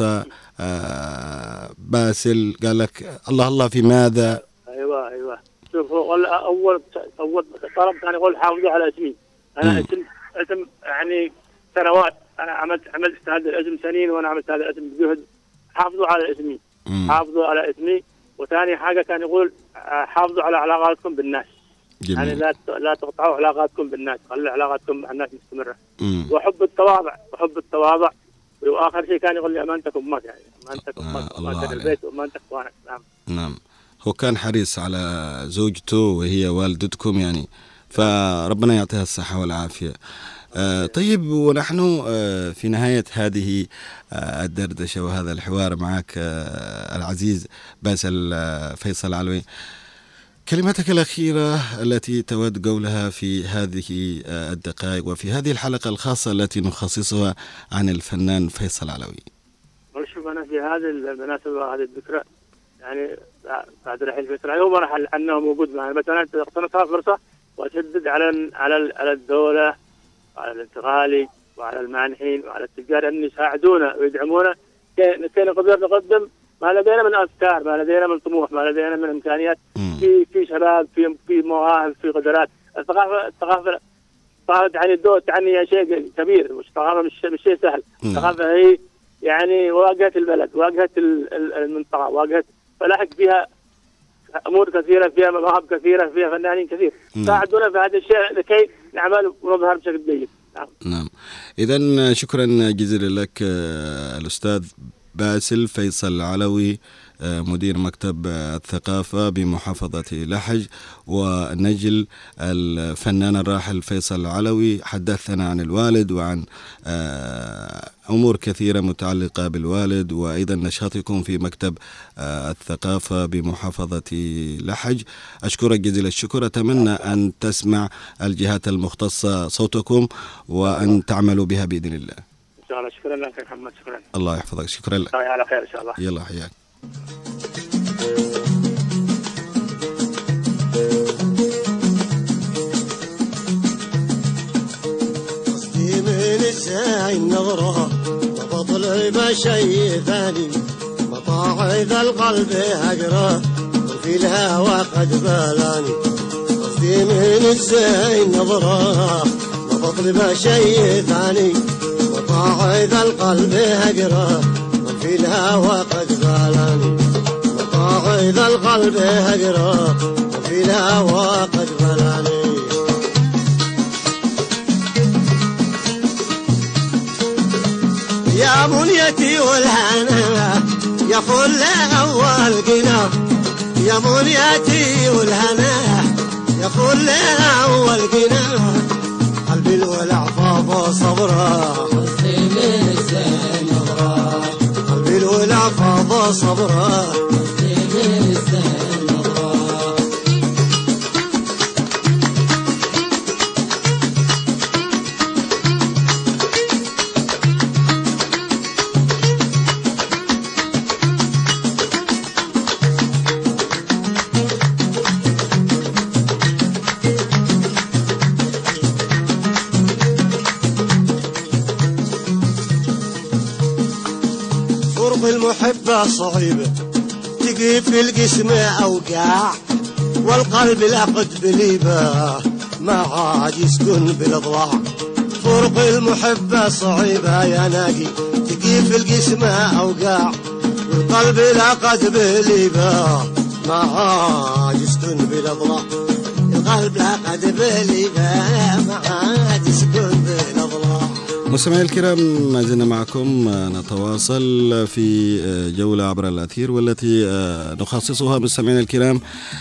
باسل؟ قال لك الله في ماذا؟ أيوة. شوف، أول طلب كان يقول حافظوا على اسمي. أنا اسم يعني سنوات، أنا عملت هذا الاسم سنين، وأنا عملت هذا الاسم بجهد. حافظوا على اسمي، حافظوا على اسمي. وثاني حاجة كان يقول حافظوا على علاقاتكم بالناس. جميل. يعني لا تقطعوا علاقاتكم بالناس، خلوا علاقاتكم مع الناس مستمرة. وحب التواضع. وآخر شيء كان يقول لي أمانتك أمك، يعني أمانتك أمك، أمانتك البيت وأمانتك إخوانك. نعم. هو كان حريص على زوجته وهي والدتكم يعني، فربنا يعطيها الصحة والعافية. طيب، ونحن في نهاية هذه الدردشة وهذا الحوار معك العزيز باسل فيصل علوي، كلمتك الأخيرة التي تود قولها في هذه الدقائق وفي هذه الحلقة الخاصة التي نخصصها عن الفنان فيصل علوي. شوف، أنا في هذه المناسبة وهذه الذكرى، يعني بعد رحيل فيصل علوي هو رحل عنه موجود معنا، بس أنا اقتنصها فرصة وأشدد على الدولة وعلى الانتقالي وعلى المانحين وعلى التجار أن يساعدونا ويدعمونا كي نقدر نقدم ما لدينا من أفكار، ما لدينا من طموح، ما لدينا من إمكانيات. في شباب، في مواهب، في قدرات. الثقافة يعني تعني شيء كبير، الثقافة مش شيء سهل. الثقافة هي يعني واجهة البلد، واجهة المنطقة، واجهة فلاحق فيها أمور كثيرة، فيها مواهب كثيرة، فيها فنانين كثير. ساعدونا في هذا الشيء لكي نعمل ونظهر بشكل جيد. نعم. إذن شكرا جزيلا لك الأستاذ باسل فيصل علوي، مدير مكتب الثقافة بمحافظة لحج، ونجل الفنان الراحل فيصل علوي. حدثنا عن الوالد وعن أمور كثيرة متعلقة بالوالد، وأيضا نشاطكم في مكتب الثقافة بمحافظة لحج. أشكرك جزيل الشكر. أتمنى أن تسمع الجهات المختصة صوتكم وأن تعملوا بها بإذن الله. إن شاء الله. شكرا لك يا محمد. شكرا. الله يحفظك. شكرا لك. على خير إن شاء الله. يلا حياك. قصدي من الساعي النظرة وبطلع بشي ثاني، مطاعذ القلب هجرة في الهوى قد بلاني قصدي من الزين نظرة ما بطلب شيء ثاني وطاع إذا القلب هجرة في الهوى قد بلاني وطاع إذا القلب هجرة في الهوى قد بلاني يا منيتي والهنا يا فل أول قنا يا منيتي والهنا يا فل أول قنا قلبي الولع فاض صبرا قصدي من الزين نظرا قلبي الولع فاض صبرا قصدي من الزين نظرا المحبة صعيبة تقي في الجسم أوجاع والقلب العقد بليبة ما عاد يسكن بالأضلاع فرق المحبة صعيبة يا ناقي تقي في الجسم أوجاع والقلب العقد بليبة ما عاد يسكن بالأضلاع القلب العقد بليبة ما عاد يسكن بالأضلاع. مستمعي الكرام ما زلنا معكم نتواصل في جولة عبر الأثير والتي نخصصها مستمعينا الكرام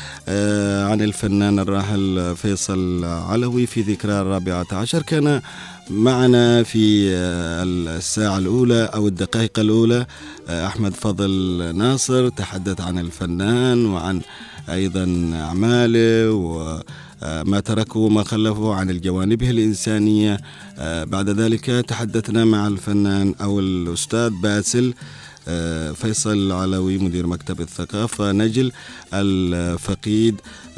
عن الفنان الراحل فيصل علوي في ذكرى 14. كان معنا في الساعة الأولى أو الدقائق الأولى أحمد فضل ناصر تحدث عن الفنان وعن أيضا أعماله وما تركه وما خلفه عن الجوانبه الإنسانية. بعد ذلك تحدثنا مع الفنان أو الأستاذ باسل فيصل علوي مدير مكتب الثقافة نجل. الفقيد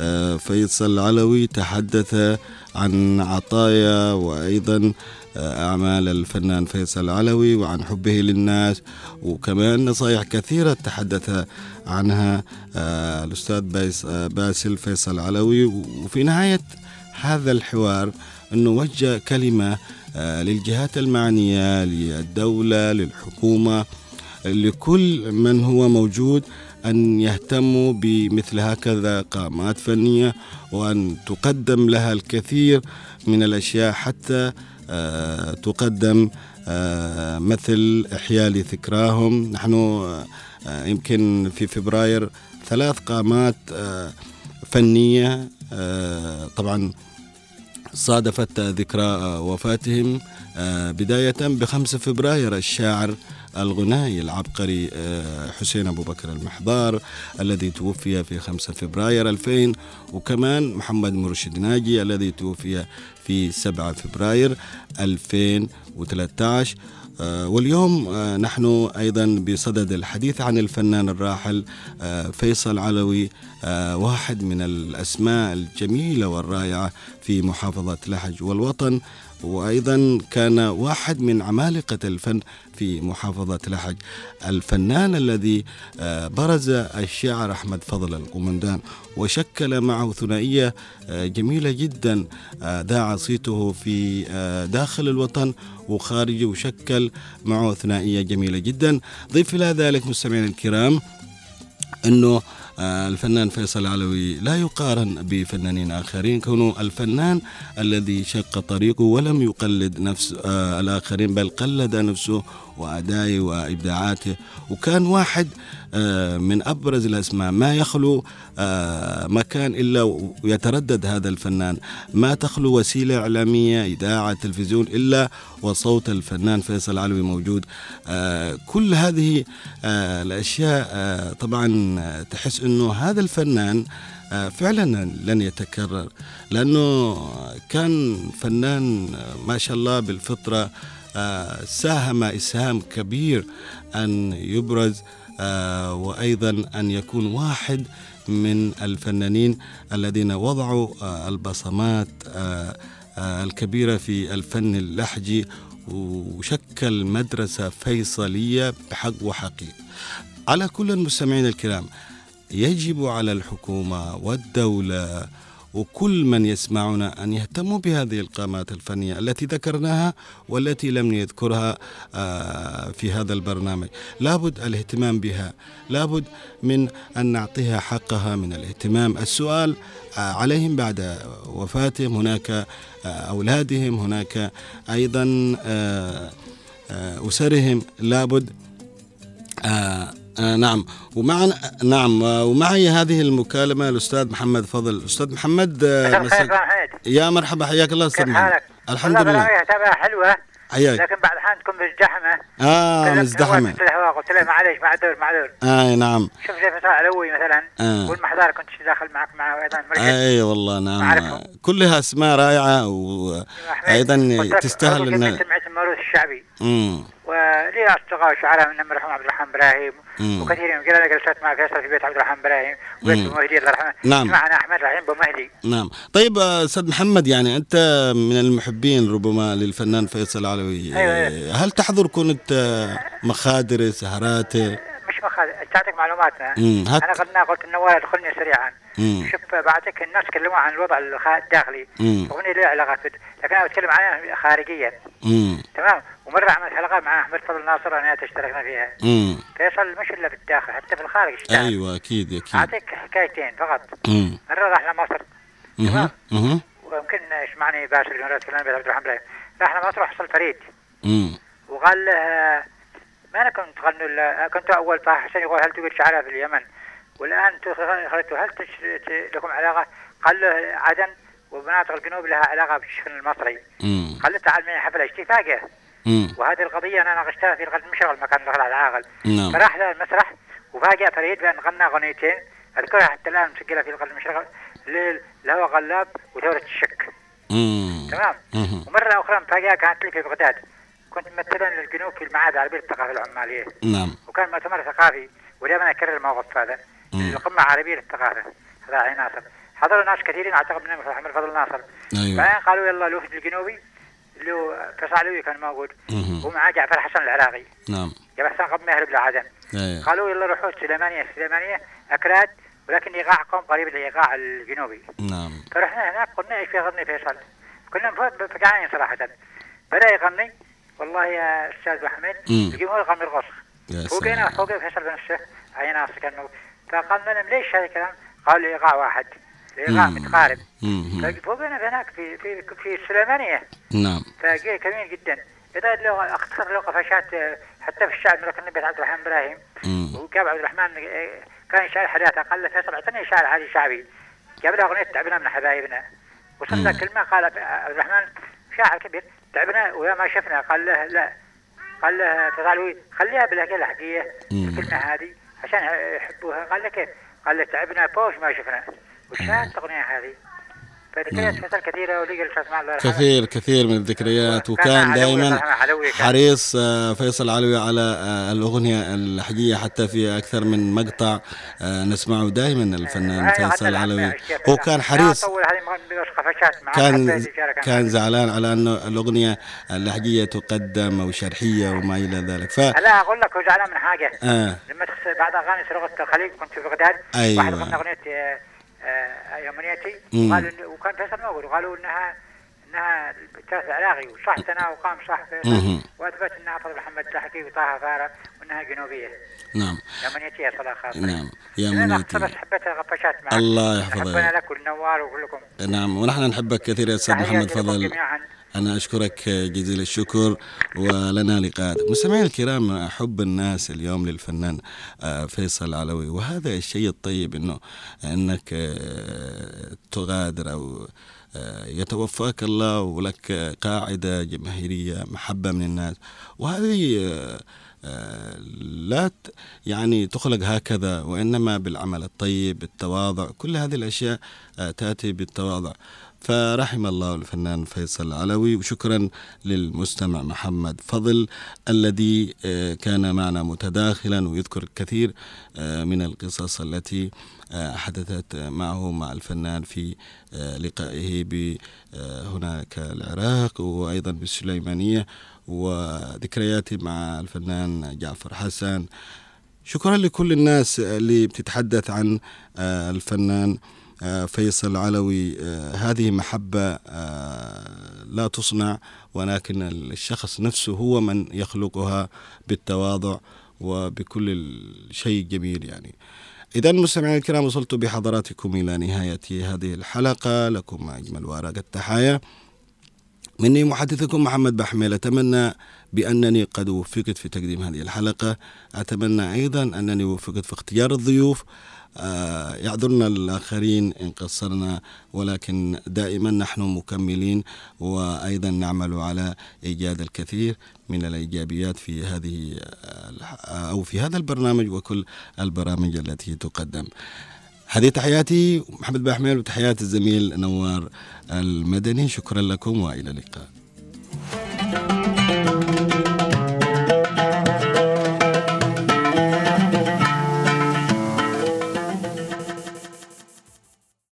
فيصل علوي تحدث عن عطايا وأيضا أعمال الفنان فيصل علوي وعن حبه للناس وكمان نصائح كثيرة تحدث عنها الأستاذ باسل فيصل علوي. وفي نهاية هذا الحوار أنه وجه كلمة للجهات المعنية للدولة للحكومة لكل من هو موجود أن يهتموا بمثل هكذا قامات فنية وأن تقدم لها الكثير من الأشياء حتى تقدم مثل إحياء لذكراهم. نحن يمكن في فبراير 3 قامات فنية طبعا صادفت ذكرى وفاتهم بداية ب5 فبراير الشاعر الغنائي العبقري حسين أبو بكر المحضار الذي توفي في 5 فبراير 2000 وكمان محمد مرشد ناجي الذي توفي في 7 فبراير 2013. واليوم نحن أيضا بصدد الحديث عن الفنان الراحل فيصل علوي واحد من الأسماء الجميلة والرائعة في محافظة لحج والوطن وأيضا كان واحد من عمالقة الفن في محافظة لحج. الفنان الذي برز الشاعر أحمد فضل القمندان وشكل معه ثنائية جميلة جدا ذاع صيته في داخل الوطن وخارجه وشكل معه ثنائية جميلة جدا. ضيف إلى ذلك مستمعين الكرام أنه الفنان فيصل علوي لا يقارن بفنانين آخرين كونه الفنان الذي شق طريقه ولم يقلد نفس الآخرين بل قلد نفسه وأدائه وإبداعاته وكان واحد من أبرز الأسماء ما يخلو مكان إلا يتردد هذا الفنان ما تخلو وسيلة إعلامية إذاعة تلفزيون إلا وصوت الفنان فيصل علوي موجود. كل هذه الأشياء طبعا تحس أنه هذا الفنان فعلا لن يتكرر لأنه كان فنان ما شاء الله بالفطرة ساهم إسهام كبير أن يبرز وأيضا أن يكون واحد من الفنانين الذين وضعوا البصمات الكبيرة في الفن اللحجي وشكل مدرسة فيصلية بحق وحقيقة. على كل المستمعين الكرام يجب على الحكومة والدولة وكل من يسمعنا أن يهتموا بهذه القامات الفنية التي ذكرناها والتي لم يذكرها في هذا البرنامج. لابد الاهتمام بها، لابد من أن نعطيها حقها من الاهتمام. السؤال عليهم بعد وفاتهم، هناك أولادهم، هناك أيضا أسرهم، لابد ومعي هذه المكالمة الأستاذ محمد فضل. أستاذ محمد، يا مرحبا، حياك الله أستاذ محمد. الحمد لله. حلوة حياك. لكن بعد الحين تكون مزدحمة. مزدحمة. قلت له معليش، معذور. نعم. شوف زي مثلا علوي مثلا. والمحضار كنت داخل معه أيضا. والله نعم. كلها اسماء رائعة وأيضا تستاهل إن سمعت الموروث الشعبي. ولي أصدقاء شعراء من المرحوم عبد الرحمن إبراهيم وكثيرين. جلست مع فيصل في بيت عبد الرحمن إبراهيم وبيت مهدي الله يرحمه. نعم. معنا أحمد رحيم بمهدي. نعم. طيب أستاذ محمد، يعني أنت من المحبين ربما للفنان فيصل علوي. أيوة. هل تحضر كنت مخادر سهرات؟ مش مخادر، تعطيك معلوماتنا. أنا قلت النوال ادخلني سريعا. شوف بعدك الناس كلموا عن الوضع الداخلي. أغنية لها علاقات، لكن أنا بتكلم عنها خارجيا. تمام. ومرة عملت حلقة مع أحمد فضل ناصر أنا اشتركنا فيها. فيصل مش إلا في الداخل، حتى في الخارج اشتغل. أيوة أكيد. أعطيك حكايتين فقط. مرة راح لمصر. تمام. ويمكن يسمعني باشر جنرال كلام بيت عبد الرحمن إبراهيم. راح لمصر وحصل فريد. وقال له ما أنا كنت تغنوا، كنت أول طه حسين يقول هل توجد شعراء في اليمن والآن خلتوا هل لكم علاقة؟ قال له عدن ومناطق الجنوب لها علاقة بالشفن المصري. قال له تعال معي حفلة اتفاقية. وهذه القضية أنا ناقشتها في القلب المشرق المكان اللي على العاقل. فراح للمسرح وفاجأ فريد بأن غنى أغنيتين أذكرها حتى الآن مسجلة في القلب المشرق، الهوى غلاب وثورة الشك. تمام. ومرة أخرى مفاجأة كانت لي في بغداد، كنت ممثلا للجنوب في المعهد العربي للثقافة العمالية. نعم. وكان مؤتمر ثقافي ودائما أكرر الموقف هذا. القمة العربية للثقافة هذا عين ناصر. حضروا ناس كثيرين أعتقد منهم محمد فضل ناصر. أيوة. بعدين قالوا يلا الوفد الجنوبي اللي هو فيصل علوي كان موجود ومعاه جعفر حسن العراقي. نعم. جعفر حسن قبل ما يهرب لعدن. أيوة. قالوا يلا روحوا السليمانية أكراد، ولكن إيقاع قوم قريب للإيقاع الجنوبي. نعم. فرحنا هناك قلنا إيش يغني فيصل، كنا فقعانين صراحة. بدأ يغني والله يا أستاذ محمد الجمهور قام يرقص. فوقنا فوق فيصل بنفسه عين ناصر كان موجود. فقالنا لهم ليش هذا الكلام؟ قالوا إيقاع واحد، إيقاع متقارب. فوقنا هناك في السليمانية. نعم. فجاء كمين جدا. إذا لو أختصر له قفشات حتى في الشعب مثل بيت عبد الرحمن إبراهيم. وجاب عبد الرحمن كان شاعر حداثة، قال له فيصل اعطني شعر عادي شعبي. جاب له أغنية تعبنا من حبايبنا. وصلنا كلمة قال عبد الرحمن شاعر كبير تعبنا ويا ما شفنا. قال له لا، قال له فيصل خليها بالحكاية الحقيقية الكلمة هذه عشان يحبوها. قال له كيف؟ قال له تعبنا بوش ما شفنا. وش الأغنية هذه؟ فذكريات فيصل كثيرة ولقى تسمع الله كثير من الذكريات. وكان دائما حريص فيصل علوي على الأغنية الحقيقية، حتى في أكثر من مقطع نسمعه دائما الفنان فيصل علوي. هو كان حريص، كان زعلان على أنه الأغنية الحقيقية تقدم أو شرحية وما إلى ذلك. لا أقول لك هو زعلان من حاجة. لما بعد أغاني سرقة الخليج كنت في بغداد. أيوة. واحد غنى أغنية يومنيتي وكان فيصل موجود وقالوا انها ثلاث عراقي وصح سنة وقام صح فيصل واثبت انها فضل محمد الحكي وطه فارة وانها جنوبية. نعم. يومنيتي صلاة خاصة. نعم. يومنيتي. بس حبيت غفشات معك. الله يحفظك. حبنا لك والنوار وكلكم. نعم. ونحن نحبك كثير يا أستاذ محمد فضل. أنا أشكرك جزيل الشكر ولنا لقاء. مستمعين الكرام، حب الناس اليوم للفنان فيصل علوي، وهذا الشيء الطيب أنك تغادر أو يتوفاك الله ولك قاعدة جماهيرية محبة من الناس، وهذه لا يعني تخلق هكذا، وإنما بالعمل الطيب بالتواضع. كل هذه الأشياء تأتي بالتواضع. فرحم الله الفنان فيصل علوي. وشكرا للمستمع محمد فضل الذي كان معنا متداخلا ويذكر الكثير من القصص التي حدثت معه مع الفنان في لقائه هناك العراق وأيضا بالسليمانية، وذكرياته مع الفنان جعفر حسن. شكرا لكل الناس اللي بتتحدث عن الفنان فيصل علوي. هذه محبة لا تصنع، ولكن الشخص نفسه هو من يخلقها بالتواضع وبكل شيء جميل يعني. إذا مستمعينا الكرام، وصلت بحضراتكم إلى نهاية هذه الحلقة. لكم أجمل وأرق التحايا مني محدثكم محمد بحميل. أتمنى بأنني قد وفقت في تقديم هذه الحلقة. أتمنى أيضا أنني وفقت في اختيار الضيوف. يعذرنا الآخرين إن قصرنا، ولكن دائما نحن مكملين، وأيضا نعمل على إيجاد الكثير من الإيجابيات في هذه أو في هذا البرنامج وكل البرامج التي تقدم. هذه تحياتي محمد بحميل وتحيات الزميل نوار المدني. شكرا لكم وإلى اللقاء.